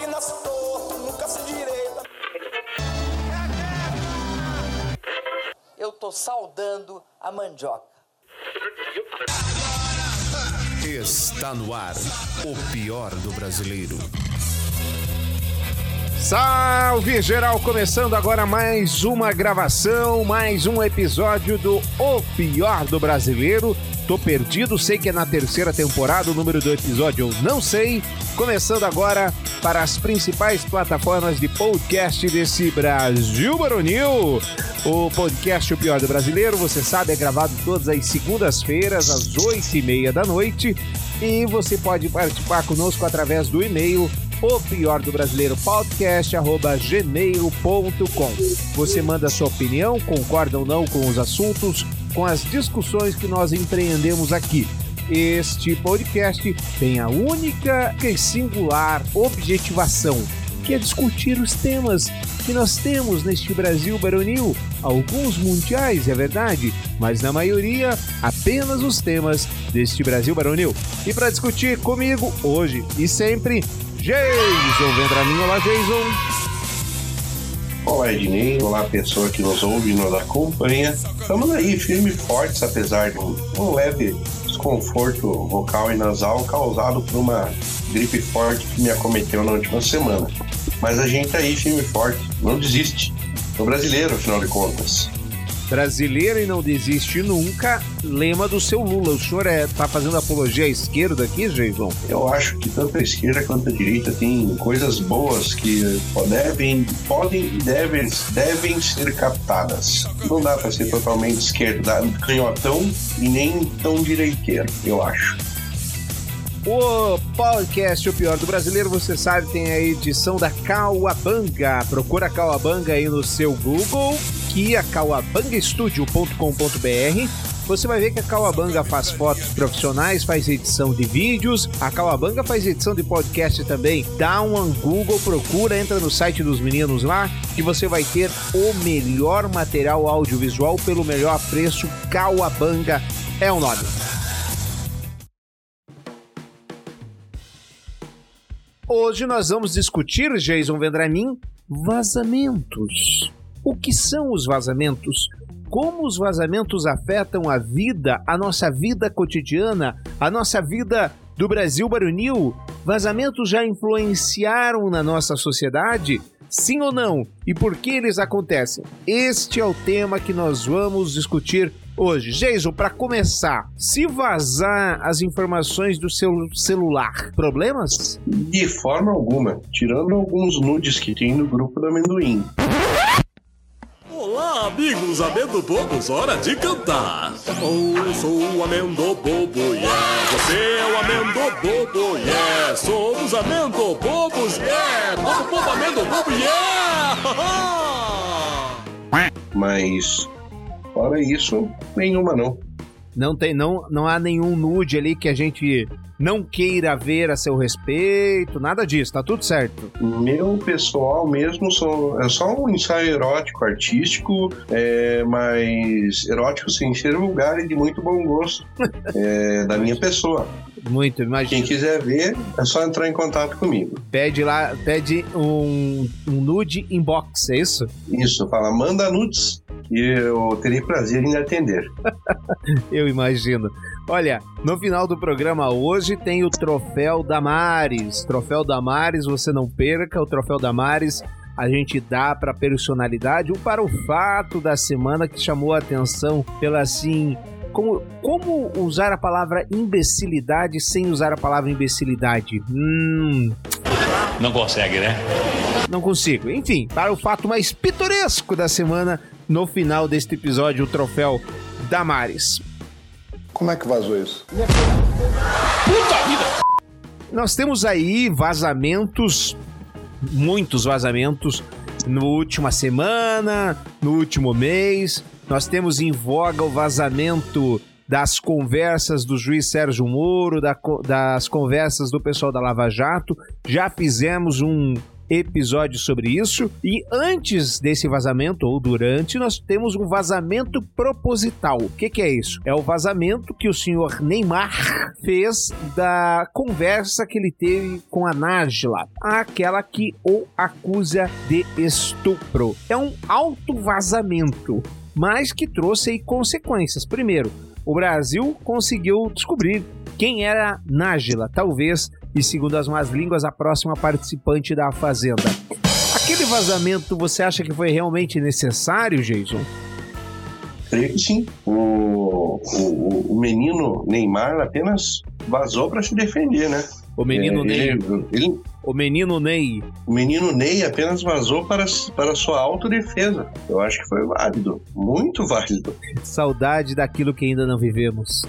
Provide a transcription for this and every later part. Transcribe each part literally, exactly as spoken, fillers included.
que nasce torto, nunca se direita. Eu tô saudando a mandioca. Está no ar o pior do brasileiro. Salve geral, começando agora mais uma gravação, mais um episódio do O Pior do Brasileiro. Tô perdido, sei que é na terceira temporada, o número do episódio eu não sei. Começando agora para as principais plataformas de podcast desse Brasil Baronil. O podcast O Pior do Brasileiro, você sabe, é gravado todas as segundas-feiras, às oito e meia da noite. E você pode participar conosco através do e-mail o pior do brasileiro podcast arroba gmail ponto com. Você manda sua opinião, concorda ou não com os assuntos, com as discussões que nós empreendemos aqui. Este podcast tem a única e singular objetivação, que é discutir os temas que nós temos neste Brasil baronil, alguns mundiais, é verdade, mas na maioria apenas os temas deste Brasil baronil. E para discutir comigo hoje e sempre, Jason Vendramin. Olá, Jason. Olá, Ednei. Olá, pessoa que nos ouve e nos acompanha. Estamos aí, firmes e fortes, apesar de um, um leve desconforto vocal e nasal causado por uma gripe forte que me acometeu na última semana. Mas a gente tá aí, firme e forte, não desiste. Sou brasileiro, afinal de contas. Brasileiro e não desiste nunca, lema do seu Lula. O senhor é, tá fazendo apologia à esquerda aqui, Jason? Eu acho que tanto a esquerda quanto a direita tem coisas boas que devem, podem e devem, devem ser captadas. Não dá para ser totalmente esquerda, canhotão e nem tão direiteiro, eu acho. O podcast O Pior do Brasileiro, você sabe, tem a edição da Cauabanga. Procura a Cauabanga aí no seu Google, que é cauabanga studio ponto com ponto b r. Você vai ver que a Cauabanga faz fotos profissionais, faz edição de vídeos. A Cauabanga faz edição de podcast também. Dá um Google, procura, entra no site dos meninos lá, que você vai ter o melhor material audiovisual pelo melhor preço. Cauabanga é o nome. Hoje nós vamos discutir, Jason Vendramin, vazamentos. O que são os vazamentos? Como os vazamentos afetam a vida, a nossa vida cotidiana, a nossa vida do Brasil baronil? Vazamentos já influenciaram na nossa sociedade? Sim ou não? E por que eles acontecem? Este é o tema que nós vamos discutir hoje. Jason, para começar, se vazar as informações do seu celular, problemas? De forma alguma, tirando alguns nudes que tem no grupo do amendoim. Olá, amigos amendo-bobos, hora de cantar. Oh, eu sou o amendo-bobo, yeah. Você é o amendo-bobo, yeah. Somos amendo-bobos, yeah. Todo povo amendo-bobo, yeah. Mas, fora isso, nenhuma não. Não tem, não, não há nenhum nude ali que a gente não queira ver a seu respeito, nada disso, tá tudo certo. Meu pessoal mesmo só, é só um ensaio erótico, artístico, é, mas erótico sem ser vulgar e de muito bom gosto, é, da minha pessoa. Muito, imagina. Quem quiser ver, é só entrar em contato comigo. Pede lá, pede um, um nude inbox, é isso? Isso, fala, manda nudes e eu terei prazer em atender. Eu imagino. Olha, no final do programa hoje tem o Troféu Damares. Troféu Damares, você não perca, o Troféu Damares a gente dá para personalidade ou para o fato da semana que chamou a atenção pela assim... Como, como usar a palavra imbecilidade sem usar a palavra imbecilidade? Hum... Não consegue, né? Não consigo. Enfim, para o fato mais pitoresco da semana, no final deste episódio, o Troféu Damares. Como é que vazou isso? Puta vida! Nós temos aí vazamentos, muitos vazamentos, na última semana, no último mês. Nós temos em voga o vazamento das conversas do juiz Sérgio Moro, da, das conversas do pessoal da Lava Jato. Já fizemos um episódio sobre isso. E antes desse vazamento, ou durante, nós temos um vazamento proposital. O que, que é isso? É o vazamento que o senhor Neymar fez da conversa que ele teve com a Nájila, aquela que o acusa de estupro. É um alto vazamento, mas que trouxe aí consequências. Primeiro, o Brasil conseguiu descobrir quem era Nájila, talvez, e segundo as más línguas, a próxima participante da Fazenda. Aquele vazamento, você acha que foi realmente necessário, Jason? Creio que sim. O, o, o menino Neymar apenas vazou para se defender, né? O menino é, Ney. Ele, ele, o menino Ney. O menino Ney apenas vazou para, para sua autodefesa. Eu acho que foi válido. Muito válido. Saudade daquilo que ainda não vivemos.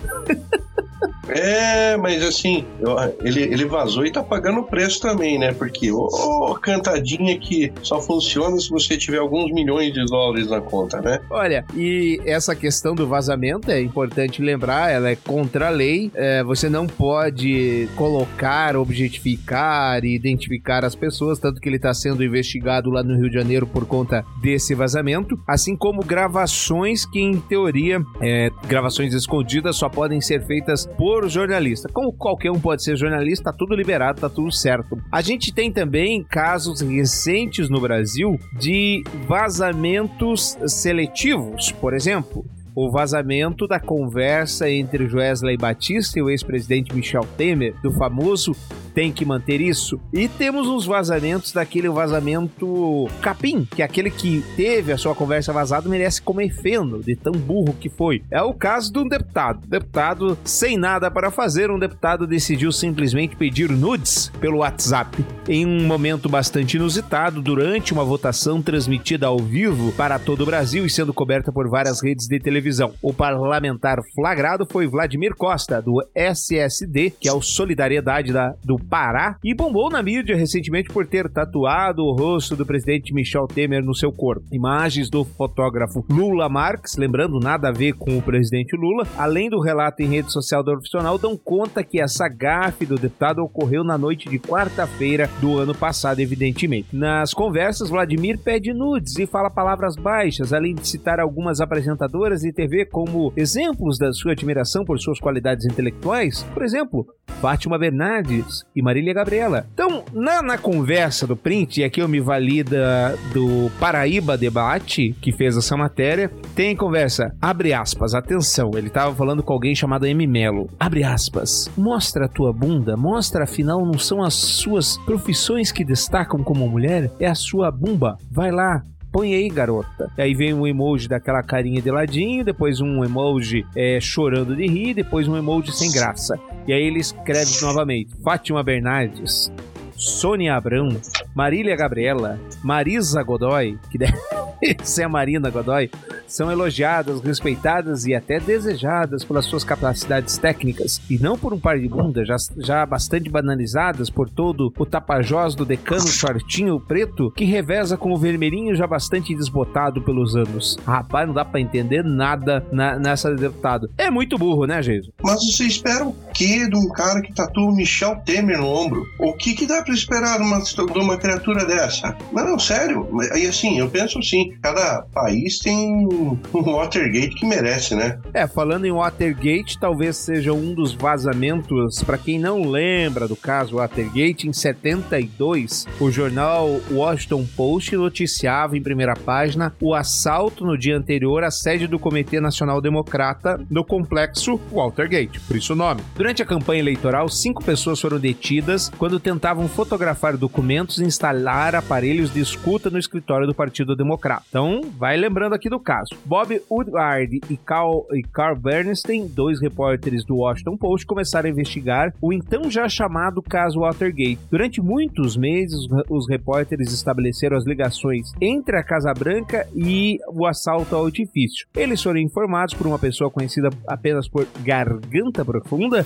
É, mas assim, eu, ele, ele vazou e tá pagando o preço também, né? Porque, ô, oh, cantadinha que só funciona se você tiver alguns milhões de dólares na conta, né? Olha, e essa questão do vazamento é importante lembrar, ela é contra a lei, é, você não pode colocar, objetificar e identificar as pessoas, tanto que ele está sendo investigado lá no Rio de Janeiro por conta desse vazamento, assim como gravações que, em teoria, é, gravações escondidas só podem ser feitas por jornalista. Como qualquer um pode ser jornalista, tá tudo liberado, tá tudo certo. A gente tem também casos recentes no Brasil de vazamentos seletivos, por exemplo, o vazamento da conversa entre Joesley Batista e o ex-presidente Michel Temer, do famoso tem que manter isso. E temos os vazamentos daquele vazamento capim, que é aquele que teve a sua conversa vazada merece comer feno, de tão burro que foi. É o caso de um deputado. Deputado sem nada para fazer, um deputado decidiu simplesmente pedir nudes pelo WhatsApp. Em um momento bastante inusitado, durante uma votação transmitida ao vivo para todo o Brasil e sendo coberta por várias redes de televisão. O parlamentar flagrado foi Vladimir Costa, do S S D, que é o Solidariedade da, do Pará, e bombou na mídia recentemente por ter tatuado o rosto do presidente Michel Temer no seu corpo. Imagens do fotógrafo Lula Marques, lembrando, nada a ver com o presidente Lula, além do relato em rede social do profissional, dão conta que essa gafe do deputado ocorreu na noite de quarta-feira do ano passado, evidentemente. Nas conversas, Vladimir pede nudes e fala palavras baixas, além de citar algumas apresentadoras de T V como exemplos da sua admiração por suas qualidades intelectuais. Por exemplo, Fátima Bernardes e Marília Gabriela. Então, na, na conversa do print, e aqui eu me valida do Paraíba Debate, que fez essa matéria, tem conversa, abre aspas, atenção, ele tava falando com alguém chamado M. Melo, abre aspas, mostra a tua bunda, mostra, afinal, não são as suas profissões que destacam como mulher, é a sua bumba, vai lá, põe aí, garota. E aí vem um emoji daquela carinha de ladinho, depois um emoji é, chorando de rir, depois um emoji sem graça. E aí ele escreve novamente, Fátima Bernardes, Sônia Abrão, Marília Gabriela, Marisa Godoy, que deve ser a Marina Godoy, são elogiadas, respeitadas e até desejadas pelas suas capacidades técnicas, e não por um par de bundas já, já bastante banalizadas por todo o tapajós do decano shortinho preto que reveza com o vermelhinho já bastante desbotado pelos anos. Rapaz, não dá pra entender nada na, nessa deputado. É muito burro, né, Jesus? Mas você espera o quê de um cara que tatua o Michel Temer no ombro? O que que dá pra esperar de uma, de uma criatura dessa? Não, sério. E assim, eu penso assim, cada país tem um Watergate que merece, né? É, falando em Watergate, talvez seja um dos vazamentos, para quem não lembra do caso Watergate, em setenta e dois, o jornal Washington Post noticiava em primeira página o assalto no dia anterior à sede do Comitê Nacional Democrata no complexo Watergate, por isso o nome. Durante a campanha eleitoral, cinco pessoas foram detidas quando tentavam fotografar documentos e instalar aparelhos de escuta no escritório do Partido Democrata. Então, vai lembrando aqui do caso. Bob Woodward e Carl, e Carl Bernstein, dois repórteres do Washington Post, começaram a investigar o então já chamado caso Watergate. Durante muitos meses, os repórteres estabeleceram as ligações entre a Casa Branca e o assalto ao edifício. Eles foram informados por uma pessoa conhecida apenas por Garganta Profunda,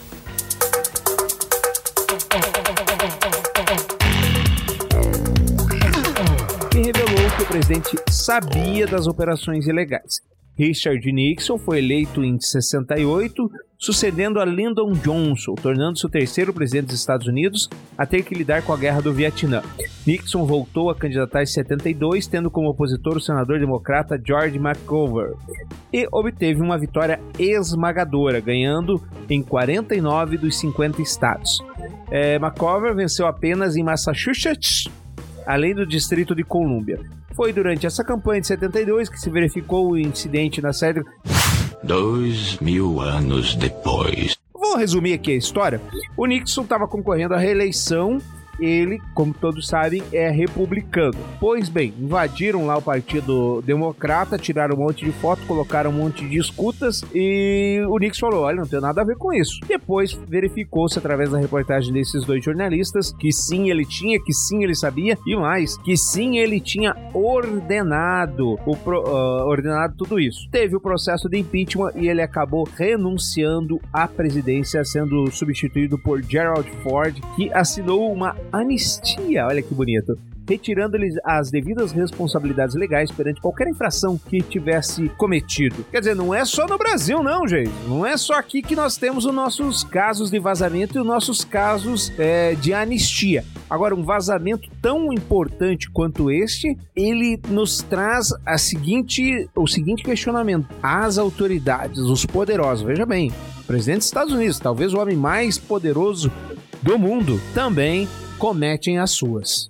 que revelou que o presidente sabia das operações ilegais. Richard Nixon foi eleito em sessenta e oito sucedendo a Lyndon Johnson, tornando-se o terceiro presidente dos Estados Unidos a ter que lidar com a Guerra do Vietnã. Nixon voltou a candidatar em setenta e dois, tendo como opositor o senador democrata George McGovern, e obteve uma vitória esmagadora, ganhando em quarenta e nove dos cinquenta estados. É, McGovern venceu apenas em Massachusetts, além do Distrito de Colômbia. Foi durante essa campanha de setenta e dois que se verificou o incidente na sede... Dois mil anos depois. Vou resumir aqui a história. O Nixon estava concorrendo à reeleição. Ele, como todos sabem, é republicano. Pois bem, invadiram lá o Partido Democrata, tiraram um monte de foto, colocaram um monte de escutas e o Nixon falou, olha, não tem nada a ver com isso. Depois verificou-se através da reportagem desses dois jornalistas que sim, ele tinha, que sim, ele sabia e mais, que sim, ele tinha ordenado, o pro, uh, ordenado tudo isso. Teve o processo de impeachment e ele acabou renunciando à presidência, sendo substituído por Gerald Ford, que assinou uma anistia, olha que bonito, retirando-lhes as devidas responsabilidades legais perante qualquer infração que tivesse cometido. Quer dizer, não é só no Brasil não, gente. Não é só aqui que nós temos os nossos casos de vazamento e os nossos casos é, de anistia. Agora, um vazamento tão importante quanto este, ele nos traz a seguinte, o seguinte questionamento. As autoridades, os poderosos, veja bem, o presidente dos Estados Unidos, talvez o homem mais poderoso do mundo, também cometem as suas.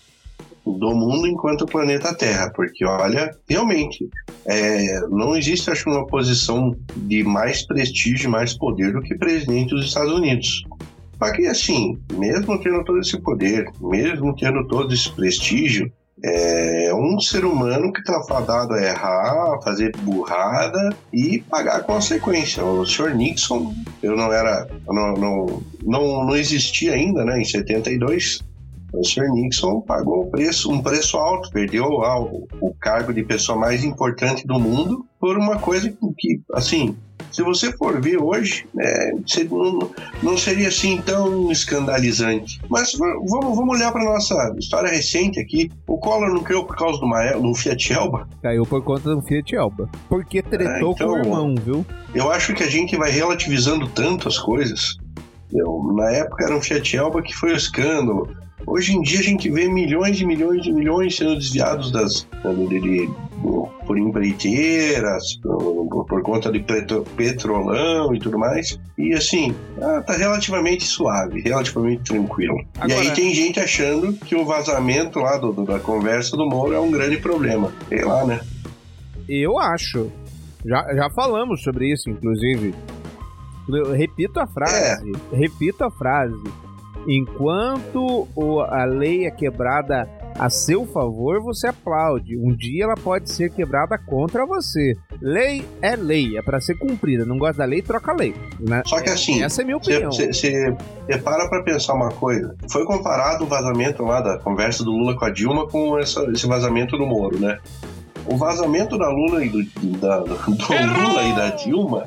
Do mundo enquanto planeta Terra, porque olha, realmente, é, não existe, acho, uma posição de mais prestígio e mais poder do que presidente dos Estados Unidos. Só que assim, mesmo tendo todo esse poder, mesmo tendo todo esse prestígio, é um ser humano que está fadado a errar, a fazer burrada e pagar a consequência. O senhor Nixon, eu não era, não, não, não, não existia ainda, né, em setenta e dois. O senhor Nixon pagou um preço, um preço alto, perdeu ah, o, o cargo de pessoa mais importante do mundo por uma coisa que, que assim, se você for ver hoje, é, não, não seria assim tão escandalizante. Mas vamos, vamos olhar para nossa história recente aqui. O Collor não caiu por causa do, do Fiat Elba? Caiu por conta do Fiat Elba. Porque tretou é, então, com o irmão, viu? Eu acho que a gente vai relativizando tanto as coisas. Eu, na época era um Fiat Elba que foi o escândalo. Hoje em dia a gente vê milhões e milhões e milhões sendo desviados das, de, de, por empreiteiras, por, por conta de petro, petrolão e tudo mais. E assim, ah, tá relativamente suave, relativamente tranquilo. Agora... E aí tem gente achando que o vazamento lá do, do, da conversa do Moro é um grande problema. Sei lá, né? Eu acho. Já, já falamos sobre isso, inclusive. Eu repito a frase. É. Repito a frase. Enquanto o, a lei é quebrada a seu favor, você aplaude. Um dia ela pode ser quebrada contra você. Lei é lei, é para ser cumprida. Não gosta da lei, troca a lei, né? Só que assim, essa é a minha opinião. Você para pra pensar uma coisa. Foi comparado o vazamento lá da conversa do Lula com a Dilma com essa, esse vazamento do Moro, né? O vazamento da Lula e do, da, do Lula e da Dilma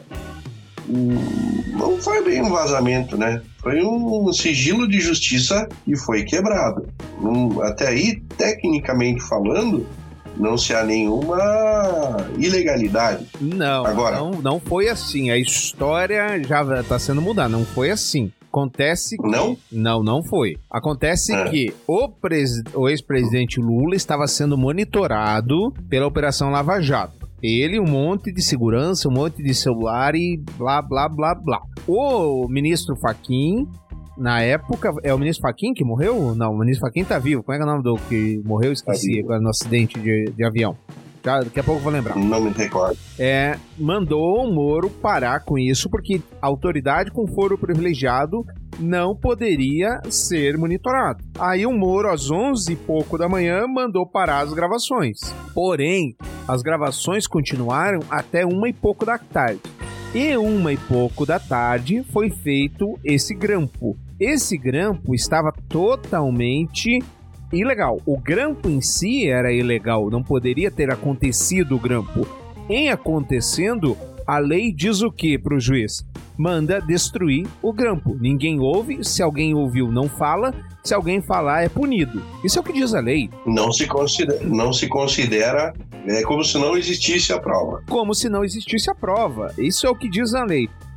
não foi bem um vazamento, né? Foi um sigilo de justiça que foi quebrado. Até aí, tecnicamente falando, não se há nenhuma ilegalidade. Não, Agora, não, não foi assim. A história já está sendo mudada. Não foi assim. Acontece que... Não? Não, não foi. Acontece é. que o, pres... o ex-presidente Lula estava sendo monitorado pela Operação Lava Jato. Ele, um monte de segurança, um monte de celular e blá, blá, blá, blá. O ministro Fachin, na época... É o ministro Fachin que morreu? Não, o ministro Fachin tá vivo. Como é que é o nome do que morreu? Esqueci tá agora no acidente de, de avião. Já, daqui a pouco eu vou lembrar. Não me recordo. É, mandou o Moro parar com isso, porque a autoridade com foro privilegiado não poderia ser monitorado. Aí o Moro, às onze e pouco da manhã, mandou parar as gravações. Porém, as gravações continuaram até uma e pouco da tarde. E uma e pouco da tarde foi feito esse grampo. Esse grampo estava totalmente ilegal. O grampo em si era ilegal, não poderia ter acontecido o grampo. Em acontecendo, a lei diz o que para o juiz? Manda destruir o grampo. Ninguém ouve, se alguém ouviu, não fala, se alguém falar, é punido. Isso é o que diz a lei. Não se considera, não se considera é como se não existisse a prova. Como se não existisse a prova. Isso é o que diz a lei.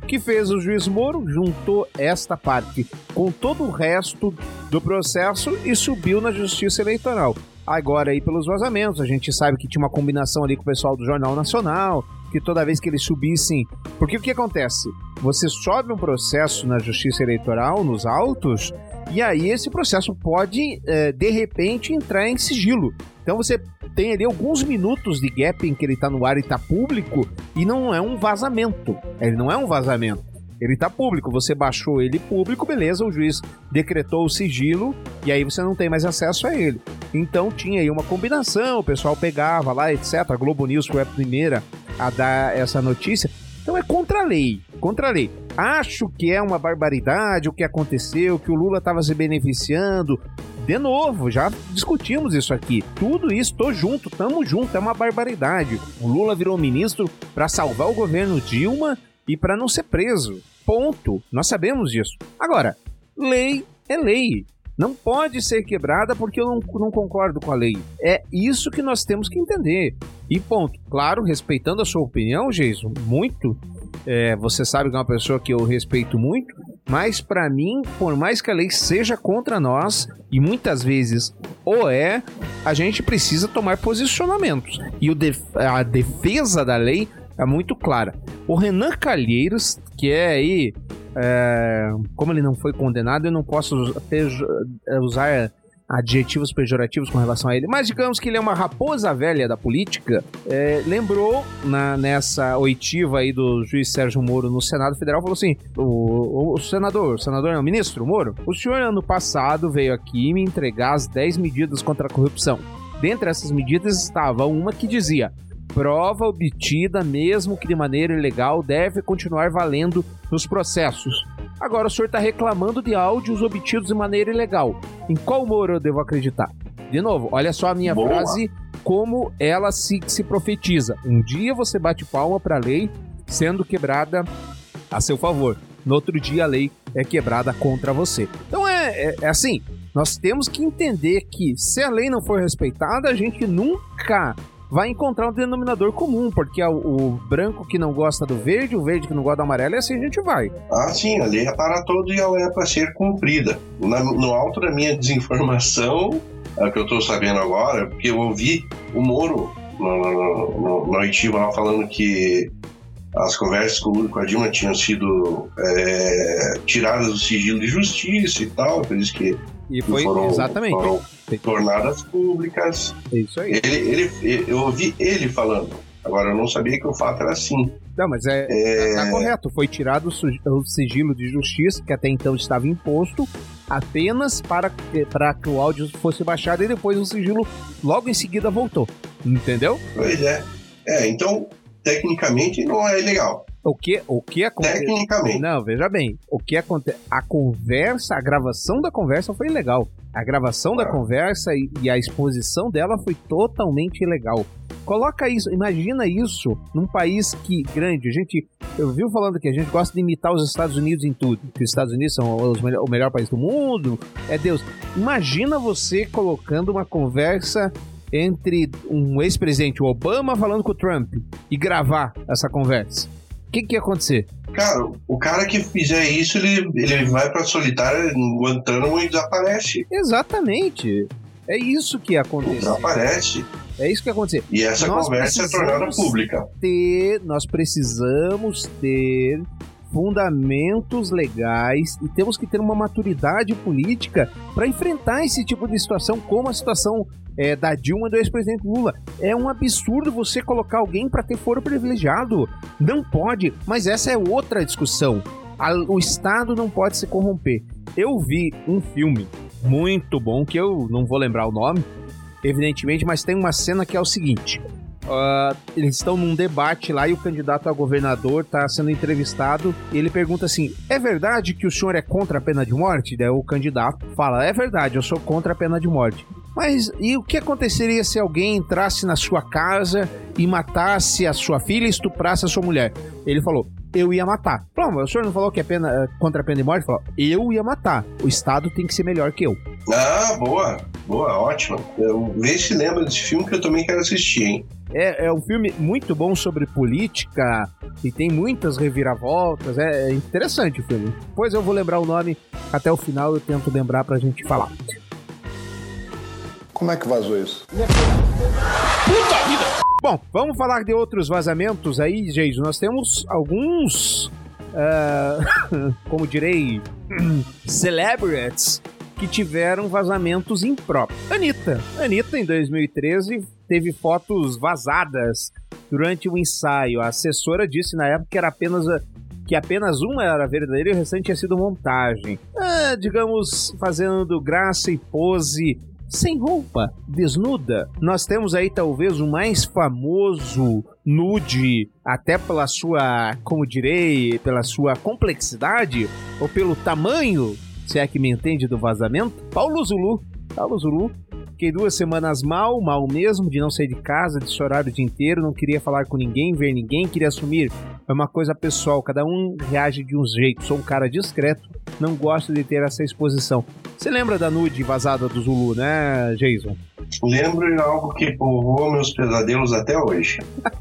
O que fez o juiz Moro? Juntou esta parte com todo o resto do processo e subiu na Justiça Eleitoral. Agora aí pelos vazamentos, a gente sabe que tinha uma combinação ali com o pessoal do Jornal Nacional, que toda vez que eles subissem... Porque o que acontece? Você sobe um processo na Justiça Eleitoral, nos autos, e aí esse processo pode, é, de repente, entrar em sigilo. Então você tem ali alguns minutos de gap em que ele está no ar e está público, e não é um vazamento. Ele não é um vazamento. Ele está público. Você baixou ele público, beleza, o juiz decretou o sigilo, e aí você não tem mais acesso a ele. Então tinha aí uma combinação, o pessoal pegava lá, etcétera. A Globo News foi a primeira a dar essa notícia. Então é contra a lei, contra a lei. Acho que é uma barbaridade o que aconteceu, que o Lula estava se beneficiando. De novo, já discutimos isso aqui. Tudo isso, tô junto, tamo junto, é uma barbaridade. O Lula virou ministro para salvar o governo Dilma e para não ser preso. Ponto. Nós sabemos disso. Agora, lei é lei. Não pode ser quebrada porque eu não, não concordo com a lei. É isso que nós temos que entender. E ponto. Claro, respeitando a sua opinião, Jason, muito. É, você sabe que é uma pessoa que eu respeito muito. Mas para mim, por mais que a lei seja contra nós, e muitas vezes ou é, a gente precisa tomar posicionamentos. E o def- a defesa da lei é muito clara. O Renan Calheiros, que é aí... É, como ele não foi condenado, eu não posso pejo- usar adjetivos pejorativos com relação a ele, mas digamos que ele é uma raposa velha da política. É, lembrou na, nessa oitiva aí do juiz Sérgio Moro no Senado Federal, falou assim: o, o, o senador, o senador não, o ministro Moro, o senhor ano passado veio aqui me entregar as dez medidas contra a corrupção. Dentre essas medidas estava uma que dizia: prova obtida, mesmo que de maneira ilegal, deve continuar valendo nos processos. Agora o senhor está reclamando de áudios obtidos de maneira ilegal. Em qual Moro eu devo acreditar? De novo, olha só a minha Boa. frase, como ela se, se profetiza. Um dia você bate palma para a lei sendo quebrada a seu favor. No outro dia a lei é quebrada contra você. Então é, é, é assim, nós temos que entender que se a lei não for respeitada, a gente nunca vai encontrar um denominador comum, porque o, o branco que não gosta do verde, o verde que não gosta do amarelo, e assim a gente vai. Ah, sim, a lei é para todos e ela é para ser cumprida. Na, no alto da minha desinformação, é que eu estou sabendo agora, porque eu ouvi o Moro na oitiva lá falando que as conversas com o Lula e com a Dilma tinham sido é, tiradas do sigilo de justiça e tal, por isso que E foi foram, exatamente foram tornadas públicas. É isso aí. Ele, ele, eu ouvi ele falando. Agora, eu não sabia que o fato era assim. Não, mas é, é... tá correto. Foi tirado o sigilo de justiça, que até então estava imposto, apenas para, para que o áudio fosse baixado, e depois o sigilo logo em seguida voltou. Entendeu? Pois é. É, então, tecnicamente, não é ilegal. O que, o que acontece? Tecnicamente. Não, veja bem. O que acontece? A conversa, a gravação da conversa foi ilegal. A gravação ah. da conversa e, e a exposição dela foi totalmente ilegal. Coloca isso, imagina isso num país que grande. A gente, eu vi falando que a gente gosta de imitar os Estados Unidos em tudo. Que os Estados Unidos são os melhor, o melhor país do mundo. É Deus. Imagina você colocando uma conversa entre um ex-presidente, o Obama, falando com o Trump, e gravar essa conversa. O que, que ia acontecer? Cara, o cara que fizer isso, ele, ele vai pra solitária no Guantánamo e desaparece. Exatamente. É isso que ia acontecer. Desaparece. É isso que ia acontecer. E essa nós conversa é tornada pública. Ter, nós precisamos ter fundamentos legais e temos que ter uma maturidade política para enfrentar esse tipo de situação, como a situação é, da Dilma e do ex-presidente Lula. É um absurdo você colocar alguém para ter foro privilegiado. Não pode, mas essa é outra discussão. A, o Estado não pode se corromper. Eu vi um filme muito bom, que eu não vou lembrar o nome, evidentemente, mas tem uma cena que é o seguinte... Uh, eles estão num debate lá e o candidato a governador está sendo entrevistado e ele pergunta assim: é verdade que o senhor é contra a pena de morte? Daí o candidato fala: é verdade, eu sou contra a pena de morte. Mas e o que aconteceria se alguém entrasse na sua casa e matasse a sua filha e estuprasse a sua mulher? Ele falou: eu ia matar. Falou, mas o senhor não falou que é pena, contra a pena de morte? Ele falou: eu ia matar. O Estado tem que ser melhor que eu. Ah, boa, boa, ótimo. Vê se lembra desse filme que eu também quero assistir, hein? É, é um filme muito bom sobre política e tem muitas reviravoltas. É interessante o filme. Depois eu vou lembrar o nome até o final, eu tento lembrar pra gente falar. Como é que vazou isso? Puta vida! Bom, vamos falar de outros vazamentos aí, gente. Nós temos alguns, uh, como direi, celebrities que tiveram vazamentos impróprios. Anitta. Anitta, em dois mil e treze, teve fotos vazadas durante o ensaio. A assessora disse na época que era apenas... que apenas uma era verdadeira e o restante tinha sido montagem. Ah, digamos, fazendo graça e pose sem roupa, desnuda. Nós temos aí talvez o mais famoso nude, até pela sua, como direi, pela sua complexidade, ou pelo tamanho, se é que me entende, do vazamento. Paulo Zulu. Paulo Zulu. Fiquei duas semanas mal, mal mesmo, de não sair de casa, de chorar o dia inteiro, não queria falar com ninguém, ver ninguém, queria assumir. É uma coisa pessoal, cada um reage de um jeito. Sou um cara discreto, não gosto de ter essa exposição. Você lembra da nude vazada do Zulu, né, Jason? Lembro de algo que povoa meus pesadelos até hoje.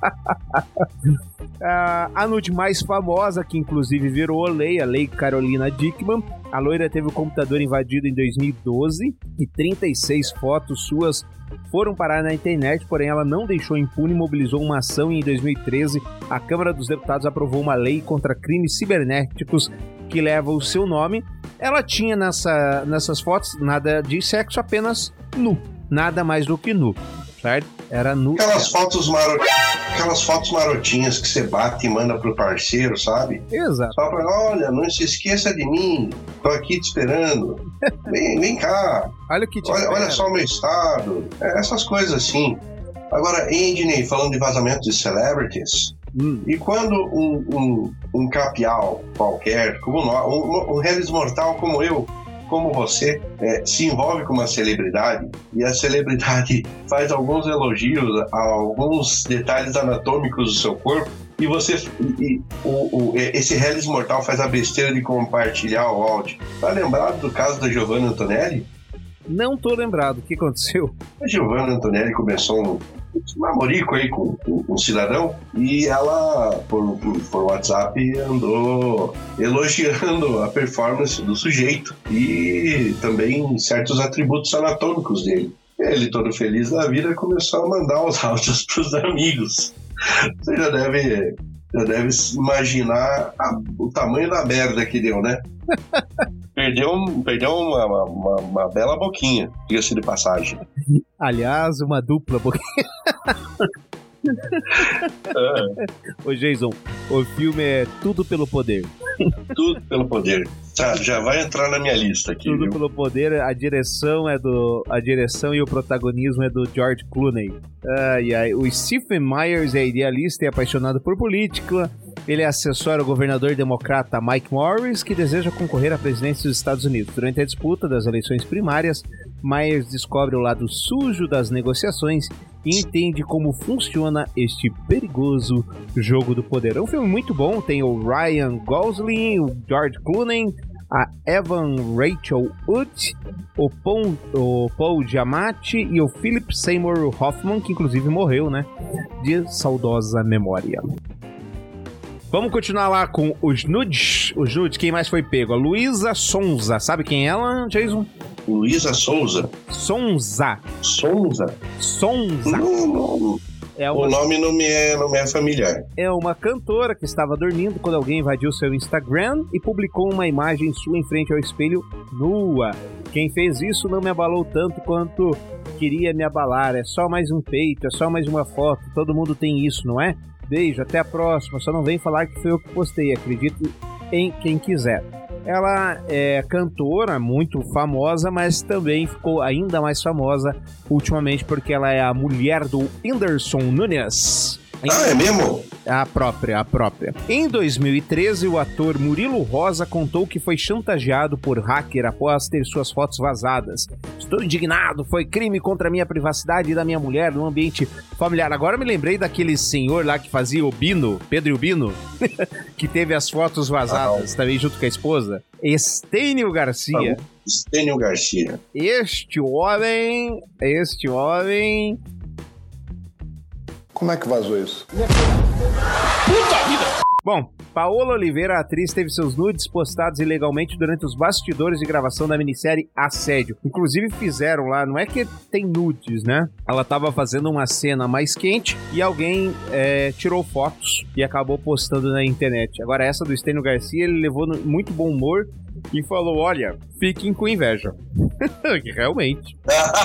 A nude mais famosa, que inclusive virou lei, a Lei Carolina Dickman. A loira teve o computador invadido em dois mil e doze e trinta e seis fotos suas foram parar na internet, porém ela não deixou impune e mobilizou uma ação e em dois mil e treze a Câmara dos Deputados aprovou uma lei contra crimes cibernéticos que leva o seu nome. Ela tinha nessa, nessas fotos nada de sexo, apenas nu. Nada mais do que nu, certo? Era nu. Aquelas fotos, maro... Aquelas fotos marotinhas que você bate e manda pro parceiro, sabe? Exato. Só pra, olha, não se esqueça de mim, tô aqui te esperando. Vem, vem cá. Olha o que te olha, olha só o meu estado. É, essas coisas assim. Agora, Endney, falando de vazamento de celebrities, hum. e quando um, um, um capial qualquer, como nós, um, um Reles mortal como eu, como você, é, se envolve com uma celebridade e a celebridade faz alguns elogios a alguns detalhes anatômicos do seu corpo e você e, o, o, esse Reles mortal faz a besteira de compartilhar o áudio. Tá lembrado do caso da Giovanna Antonelli? Não tô lembrado. O que aconteceu? A Giovanna Antonelli começou um, um namorico aí com, com um cidadão e ela, por, por, por WhatsApp, andou elogiando a performance do sujeito e também certos atributos anatômicos dele. Ele, todo feliz da vida, começou a mandar os áudios pros amigos. Você já deve, já deve imaginar a, o tamanho da merda que deu, né? Perdeu, um, perdeu uma, uma, uma bela boquinha, diga-se de passagem. Aliás, uma dupla boquinha. É. Ô Jason, o filme é Tudo pelo Poder. Tudo pelo Poder. Tá, já vai entrar na minha lista aqui. Tudo viu? pelo Poder, a direção é do. A direção e o protagonismo é do George Clooney. Ai, ai. O Stephen Myers é idealista e apaixonado por política. Ele assessora o governador democrata Mike Morris, que deseja concorrer à presidência dos Estados Unidos. Durante a disputa das eleições primárias, Myers descobre o lado sujo das negociações e entende como funciona este perigoso jogo do poder. É um filme muito bom, tem o Ryan Gosling, o George Clooney, a Evan Rachel Wood, o Paul, o Paul Giamatti e o Philip Seymour Hoffman, que inclusive morreu, né? De saudosa memória. Vamos continuar lá com os nudes. Os nudes, quem mais foi pego? A Luísa Sonza. Sabe quem é ela, Jason? Luísa Souza. Sonza. Sonza? Sonza. Não, não. É uma... O nome não me, é, não me é familiar. É uma cantora que estava dormindo quando alguém invadiu seu Instagram e publicou uma imagem sua em frente ao espelho nua. Quem fez isso não me abalou tanto quanto queria me abalar. É só mais um peito, é só mais uma foto. Todo mundo tem isso, não é? Beijo, até a próxima. Só não vem falar que foi eu que postei. Acredito em quem quiser. Ela é cantora muito famosa, mas também ficou ainda mais famosa ultimamente porque ela é a mulher do Whindersson Nunes. Ah, é mesmo? A própria, a própria. Em dois mil e treze, o ator Murilo Rosa contou que foi chantageado por hacker após ter suas fotos vazadas. Estou indignado, foi crime contra a minha privacidade e da minha mulher no ambiente familiar. Agora me lembrei daquele senhor lá que fazia o Bino, Pedro Bino, que teve as fotos vazadas ah, também junto com a esposa. Estênio Garcia. Ah, Estênio Garcia. Este homem, este homem... Como é que vazou isso? Puta vida! Bom, Paola Oliveira, a atriz, teve seus nudes postados ilegalmente durante os bastidores de gravação da minissérie Assédio. Inclusive fizeram lá, não é que tem nudes, né? Ela tava fazendo uma cena mais quente e alguém é, tirou fotos e acabou postando na internet. Agora essa do Estênio Garcia, ele levou no muito bom humor e falou, olha, fiquem com inveja. Que realmente.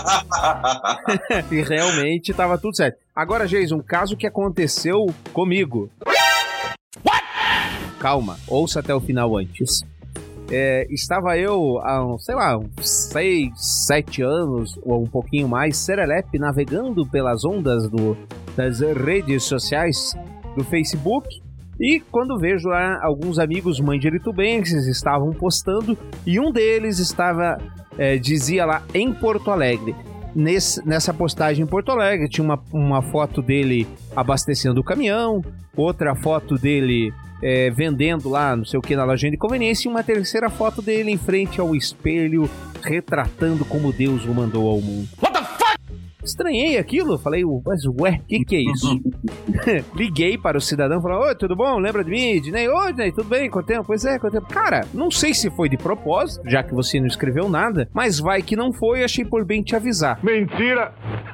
E realmente tava tudo certo. Agora, Jason, um caso que aconteceu comigo. What? Calma, ouça até o final antes. É, estava eu há, um, sei lá, uns seis, sete anos, ou um pouquinho mais, serelepe, navegando pelas ondas do, das redes sociais do Facebook. E quando vejo lá alguns amigos mandiritubenses estavam postando, e um deles estava, é, dizia lá, em Porto Alegre. Nesse, nessa postagem em Porto Alegre tinha uma, uma foto dele abastecendo o caminhão, outra foto dele é, vendendo lá não sei o que na lojinha de conveniência, e uma terceira foto dele em frente ao espelho retratando como Deus o mandou ao mundo. What the fuck? Estranhei aquilo, falei, mas ué, o que que é isso? Liguei para o cidadão e falei, oi, tudo bom? Lembra de mim? Dinei, oi, Dinei, tudo bem? Quanto tempo? Pois é, quanto tempo? Cara, não sei se foi de propósito, já que você não escreveu nada, mas vai que não foi, achei por bem te avisar. Mentira!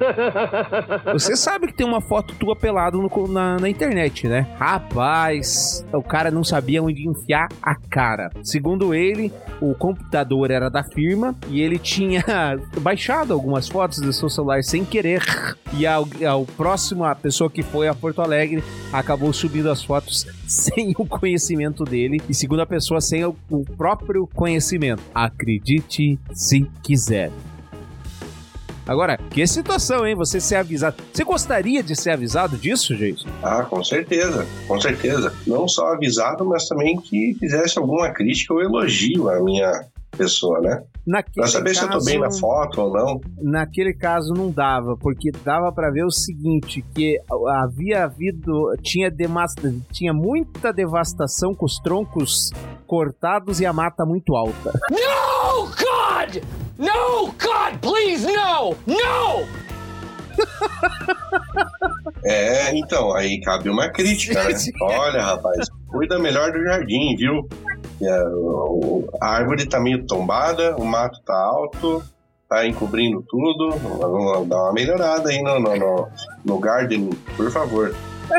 Você sabe que tem uma foto tua pelado no, na, na internet, né? Rapaz, o cara não sabia onde enfiar a cara. Segundo ele, o computador era da firma e ele tinha baixado algumas fotos do seu celular sem querer, e ao, ao próximo, a pessoa que foi a Porto Alegre acabou subindo as fotos sem o conhecimento dele, e segundo a pessoa, sem o, o próprio conhecimento. Acredite se quiser. Agora, que situação, hein? Você ser avisado. Você gostaria de ser avisado disso, Jason? Ah, com certeza, com certeza. Não só avisado, mas também que fizesse alguma crítica ou elogio à minha pessoa, né? Naquele pra saber caso, se eu tô bem na foto ou não. Naquele caso não dava, porque dava pra ver o seguinte, que havia havido, tinha, demas, tinha muita devastação com os troncos cortados e a mata muito alta. No, God! No, God, please, no! No! É, então, aí cabe uma crítica, né? Olha, rapaz, cuida melhor do jardim, viu? A árvore tá meio tombada, o mato tá alto, tá encobrindo tudo. Dá uma melhorada aí no, no, no, no gardening, por favor.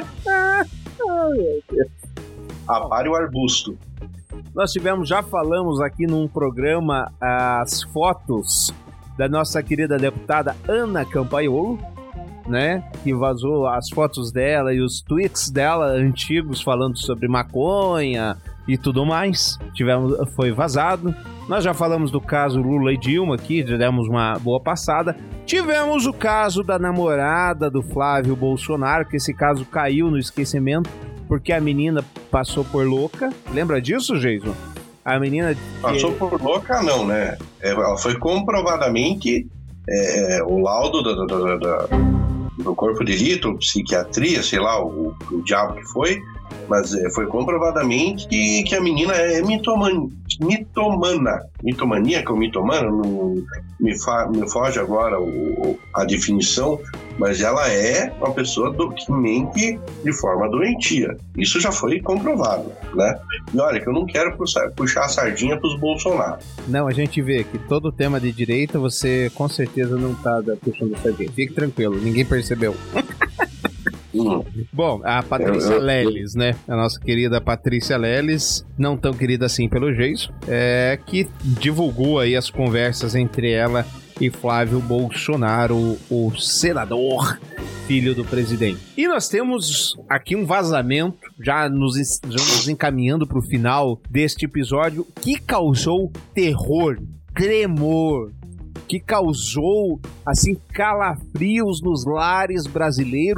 Apare o arbusto. Nós tivemos, já falamos aqui num programa, as fotos da nossa querida deputada Ana Campaiolo, né, que vazou as fotos dela e os tweets dela antigos falando sobre maconha e tudo mais. Tivemos, foi vazado. Nós já falamos do caso Lula e Dilma aqui, já demos uma boa passada. Tivemos o caso da namorada do Flávio Bolsonaro, que esse caso caiu no esquecimento porque a menina passou por louca. Lembra disso, Jason? A menina... Que... Passou por louca, não, né? Ela foi comprovadamente é, o laudo do, do, do, do corpo de delito, psiquiatria, sei lá, o, o diabo que foi, mas é, foi comprovadamente que, que a menina é mitoman, mitomana. Mitomaníaca ou mitomana, não, me, fa, me foge agora o, a definição, mas ela é uma pessoa do, que mente de forma doentia. Isso já foi comprovado, né? E olha, que eu não quero puxar, puxar a sardinha pros Bolsonaro. Não, a gente vê que todo tema de direita você com certeza não tá puxando a sardinha. Fique tranquilo, ninguém percebeu. Hum. Bom, a Patrícia eu, eu, Leles, né? A nossa querida Patrícia Leles, não tão querida assim pelo jeito, é, que divulgou aí as conversas entre ela e Flávio Bolsonaro, o senador, filho do presidente. E nós temos aqui um vazamento, já nos, já nos encaminhando para o final deste episódio, que causou terror, tremor, que causou, assim, calafrios nos lares brasileiros,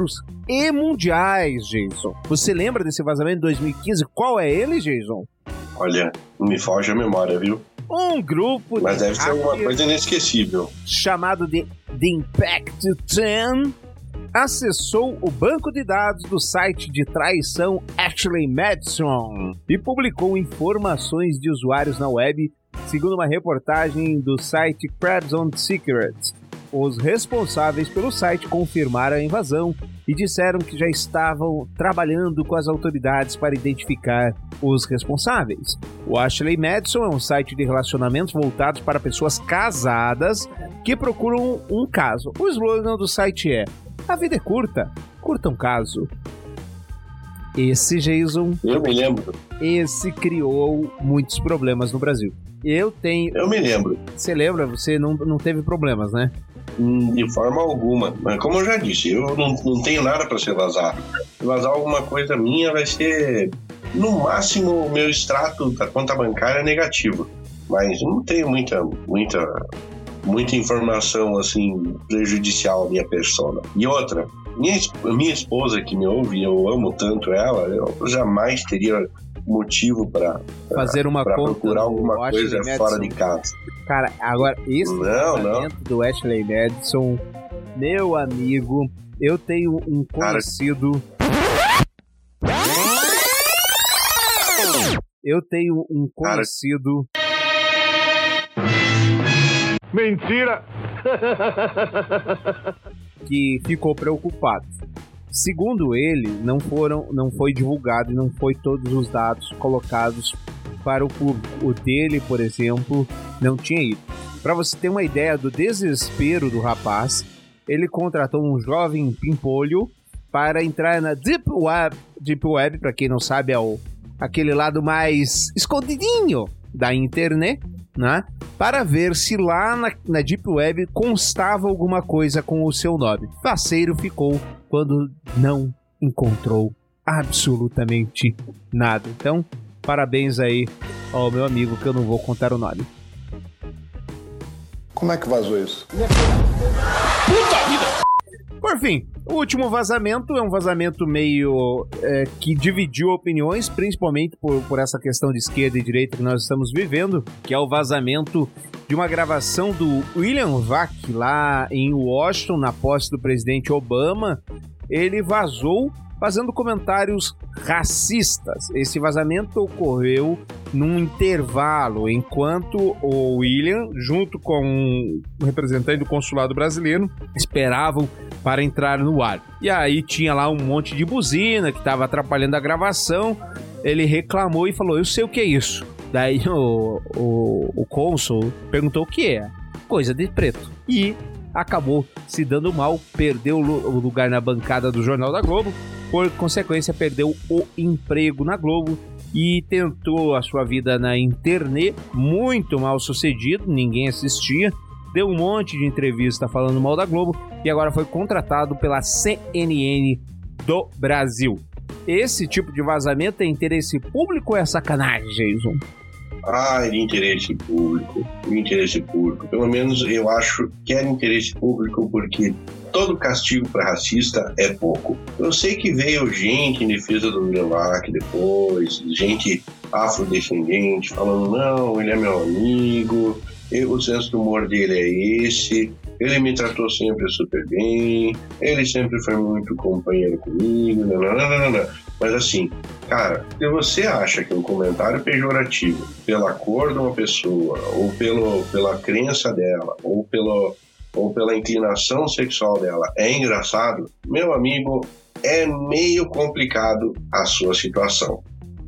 e mundiais, Jason. Você lembra desse vazamento de dois mil e quinze? Qual é ele, Jason? Olha, não me foge a memória, viu? Um grupo Mas de deve ser alguma coisa inesquecível. chamado de The Impact dez acessou o banco de dados do site de traição Ashley Madison e publicou informações de usuários na web, segundo uma reportagem do site Crabs on Secrets. Os responsáveis pelo site confirmaram a invasão e disseram que já estavam trabalhando com as autoridades para identificar os responsáveis. O Ashley Madison é um site de relacionamentos voltados para pessoas casadas que procuram um caso. O slogan do site é: a vida é curta, curta um caso. Esse, Jason... Eu me lembro. Esse criou muitos problemas no Brasil. Eu tenho... Eu me lembro. Você lembra? Você não, não teve problemas, né? De forma alguma. Mas como eu já disse, eu não, não tenho nada para ser vazado. Se vazar alguma coisa minha vai ser, no máximo, o meu extrato da conta bancária negativo. Mas não tenho muita, muita, muita informação assim prejudicial à minha persona. E outra, minha, minha esposa que me ouve, eu amo tanto ela, eu jamais teria motivo para fazer uma pra conta procurar alguma coisa Ashley fora Madison. de casa. Cara, agora, esse não, não. do Ashley Madison, meu amigo, eu tenho um conhecido... Cara... Eu tenho um conhecido... Cara... Mentira! Que ficou preocupado. Segundo ele, não foram, não foi divulgado e não foi todos os dados colocados para o público. O dele, por exemplo, não tinha ido. Para você ter uma ideia do desespero do rapaz, ele contratou um jovem pimpolho para entrar na Deep Web. Deep Web, para quem não sabe, é o, aquele lado mais escondidinho da internet, né? Para ver se lá na, na Deep Web constava alguma coisa com o seu nome. Faceiro ficou quando não encontrou absolutamente nada. Então, parabéns aí ao meu amigo, que eu não vou contar o nome. Como é que vazou isso? Puta vida! Por fim, o último vazamento é um vazamento meio é, que dividiu opiniões, principalmente por, por essa questão de esquerda e direita que nós estamos vivendo, que é o vazamento de uma gravação do William Vac lá em Washington, na posse do presidente Obama. Ele vazou fazendo comentários racistas. Esse vazamento ocorreu num intervalo, enquanto o William, junto com um representante do consulado brasileiro, esperavam para entrar no ar. E aí tinha lá um monte de buzina que estava atrapalhando a gravação. Ele reclamou e falou: eu sei o que é isso. Daí o, o, o cônsul perguntou o que é. Coisa de preto. E acabou se dando mal, perdeu o lugar na bancada do Jornal da Globo, por consequência perdeu o emprego na Globo e tentou a sua vida na internet, muito mal sucedido, ninguém assistia, deu um monte de entrevista falando mal da Globo e agora foi contratado pela C N N do Brasil. Esse tipo de vazamento é interesse público ou é sacanagem, Jason? Ah, de interesse público, de interesse público. Pelo menos eu acho que é de interesse público, porque todo castigo para racista é pouco. Eu sei que veio gente em defesa do William Vac depois, gente afrodescendente falando: não, ele é meu amigo, eu, o senso do humor dele é esse, ele me tratou sempre super bem, ele sempre foi muito companheiro comigo, não, não, não, não, não. Mas assim, cara, se você acha que um comentário pejorativo pela cor de uma pessoa, ou pelo, pela crença dela, ou, pelo, ou pela inclinação sexual dela é engraçado, meu amigo, é meio complicado a sua situação.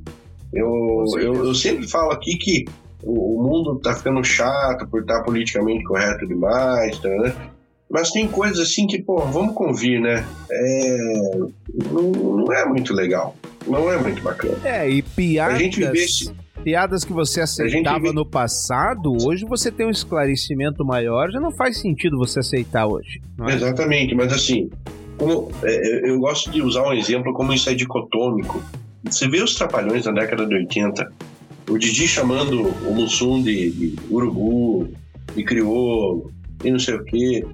Eu, eu, eu sempre falo aqui que o, o mundo tá ficando chato por estar politicamente correto demais, tá, né? Mas tem coisas assim que, pô, vamos convir, né? É, não, não é muito legal. Não é muito bacana. É, e piadas, a gente vivesse, piadas que você aceitava vive... no passado, hoje você tem um esclarecimento maior, já não faz sentido você aceitar hoje. Não é? Exatamente, mas assim, como, é, eu gosto de usar um exemplo como isso é dicotômico. Você vê os Trapalhões na década de oitenta, o Didi chamando o Mussum de, de urubu, de crioulo, e não sei o quê.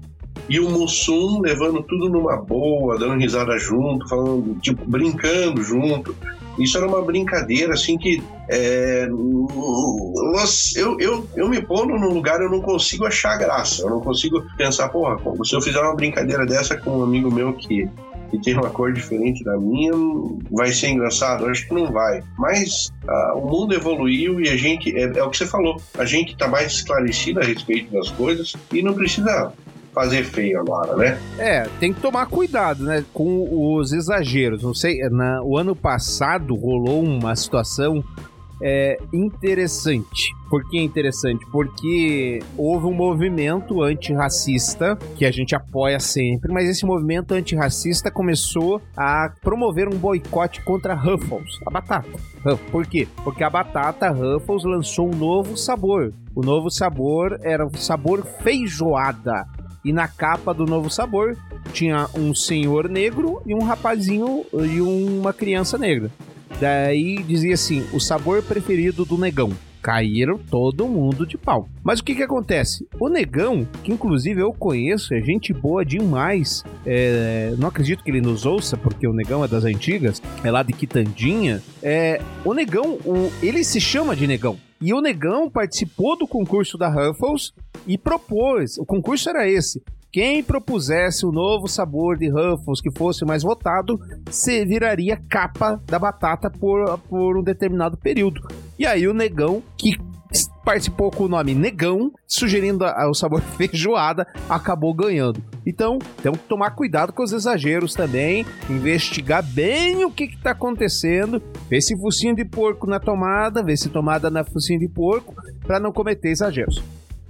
e o Mussum levando tudo numa boa, dando risada junto, falando, tipo, brincando junto. Isso era uma brincadeira, assim, que é, eu, eu, eu me pondo num lugar, eu não consigo achar graça, eu não consigo pensar, porra, se eu fizer uma brincadeira dessa com um amigo meu que que tem uma cor diferente da minha, vai ser engraçado? Eu acho que não vai. Mas uh, o mundo evoluiu e a gente, é, é o que você falou, a gente está mais esclarecido a respeito das coisas e não precisa fazer feio agora, né? É, tem que tomar cuidado, né, com os exageros. Não sei, na, o ano passado rolou uma situação é, interessante. Por que interessante? Porque houve um movimento antirracista, que a gente apoia sempre, mas esse movimento antirracista começou a promover um boicote contra a Ruffles, a batata. Por quê? Porque a batata Ruffles lançou um novo sabor. O novo sabor era o sabor feijoada. E na capa do novo sabor tinha um senhor negro e um rapazinho e uma criança negra. Daí dizia assim, o sabor preferido do negão. Caíram todo mundo de pau. Mas o que que acontece? O negão, que inclusive eu conheço, é gente boa demais. É, não acredito que ele nos ouça, porque o negão é das antigas, é lá de Quitandinha. É, o negão, o, ele se chama de negão. E o negão participou do concurso da Ruffles e propôs, o concurso era esse, quem propusesse o novo sabor de Ruffles que fosse mais votado, se viraria capa da batata por, por um determinado período. E aí o negão, que participou com o nome Negão, sugerindo a, o sabor feijoada, acabou ganhando. Então, temos que tomar cuidado com os exageros também, investigar bem o que está acontecendo, ver se focinho de porco na tomada, ver se tomada na focinho de porco, para não cometer exageros.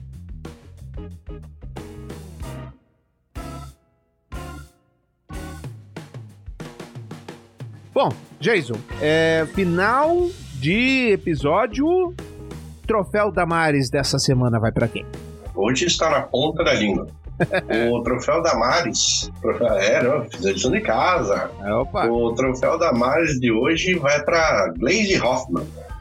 Bom, Jason, é, final de episódio, troféu Damares dessa semana vai pra quem? Hoje está na ponta da língua. O troféu Damares, é, não, fiz a lição de casa. Opa. O troféu Damares de hoje vai pra Glaze Hoffman.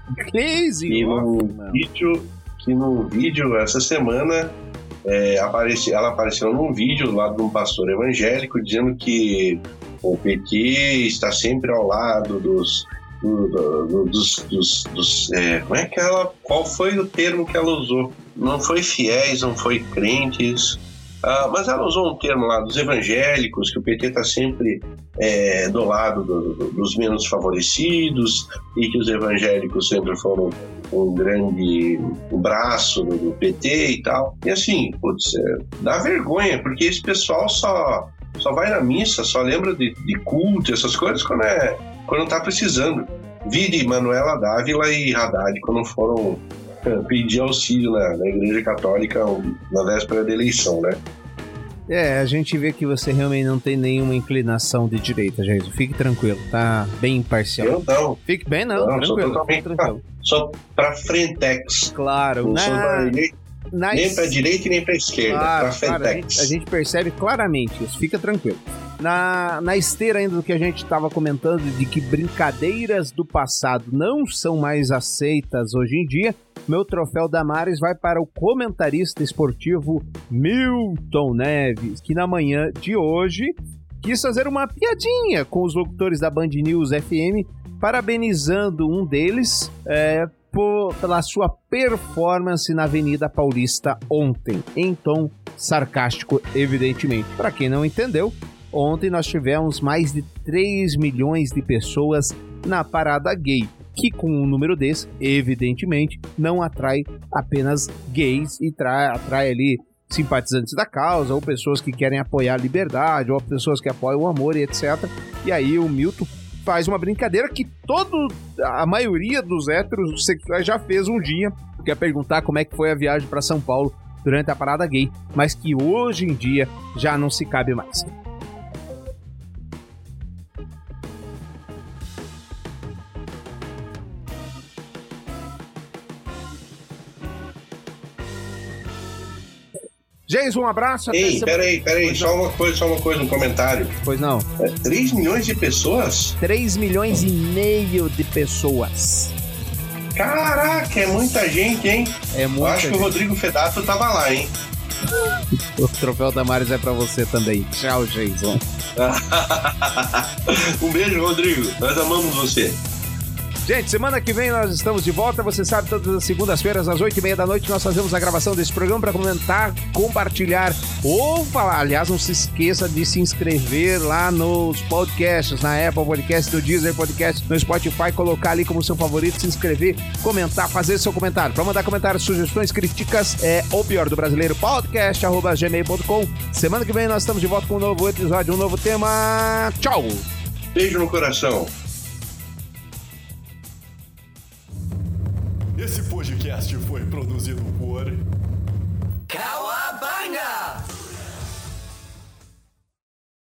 Glaze que Hoffman. No vídeo, que no vídeo essa semana é, apareci, ela apareceu num vídeo lá de um pastor evangélico dizendo que o P T está sempre ao lado dos... Do, do, dos, dos, dos é, como é que ela, qual foi o termo que ela usou? Não foi fiéis, não foi crentes, ah, mas ela usou um termo lá dos evangélicos, que o P T está sempre é, do lado do, do, dos menos favorecidos e que os evangélicos sempre foram um grande braço do, do P T e tal. E assim, putz, é, dá vergonha, porque esse pessoal só, só vai na missa, só lembra de, de culto, essas coisas quando é quando tá precisando. Vide Manuela Dávila e Haddad quando foram pedir auxílio na, na Igreja Católica na véspera da eleição, né? É, a gente vê que você realmente não tem nenhuma inclinação de direita, Jesus. Fique tranquilo, tá bem imparcial. Eu não. Fique bem, não, não tranquilo. Sou totalmente tranquilo. Só pra frentex. Claro. Não na... sou pra direita, na... nem pra direita e nem pra esquerda. Claro, pra frentex. claro, a, gente, a gente percebe claramente isso, fica tranquilo. Na, na esteira ainda do que a gente estava comentando de que brincadeiras do passado não são mais aceitas hoje em dia, meu troféu Damares vai para o comentarista esportivo Milton Neves, que na manhã de hoje quis fazer uma piadinha com os locutores da Band News F M, parabenizando um deles é, por, pela sua performance na Avenida Paulista ontem, em tom sarcástico, evidentemente. Para quem não entendeu, ontem nós tivemos mais de três milhões de pessoas na parada gay, que com um número desse, evidentemente, não atrai apenas gays e trai, atrai ali simpatizantes da causa, ou pessoas que querem apoiar a liberdade, ou pessoas que apoiam o amor e etcétera. E aí o Milton faz uma brincadeira que todo, a maioria dos héteros sexuais já fez um dia, que é perguntar como é que foi a viagem para São Paulo durante a parada gay, mas que hoje em dia já não se cabe mais. Jason, um abraço. Ei, peraí, peraí, só uma coisa, só uma coisa, um comentário. Pois não. É, três milhões de pessoas? três milhões e meio de pessoas. Caraca, é muita gente, hein? É muita Eu acho gente. que o Rodrigo Fedato tava lá, hein? O troféu Damares é pra você também. Tchau, Jason. Um beijo, Rodrigo. Nós amamos você. Gente, semana que vem nós estamos de volta. Você sabe, todas as segundas-feiras, às oito e meia da noite, nós fazemos a gravação desse programa para comentar, compartilhar ou falar. Aliás, não se esqueça de se inscrever lá nos podcasts, na Apple Podcast, no Deezer Podcast, no Spotify, colocar ali como seu favorito, se inscrever, comentar, fazer seu comentário. Para mandar comentários, sugestões, críticas, é o pior do brasileiro podcast, arroba gmail ponto com. Semana que vem nós estamos de volta com um novo episódio, um novo tema. Tchau! Beijo no coração. Esse podcast foi produzido por Cauabanga!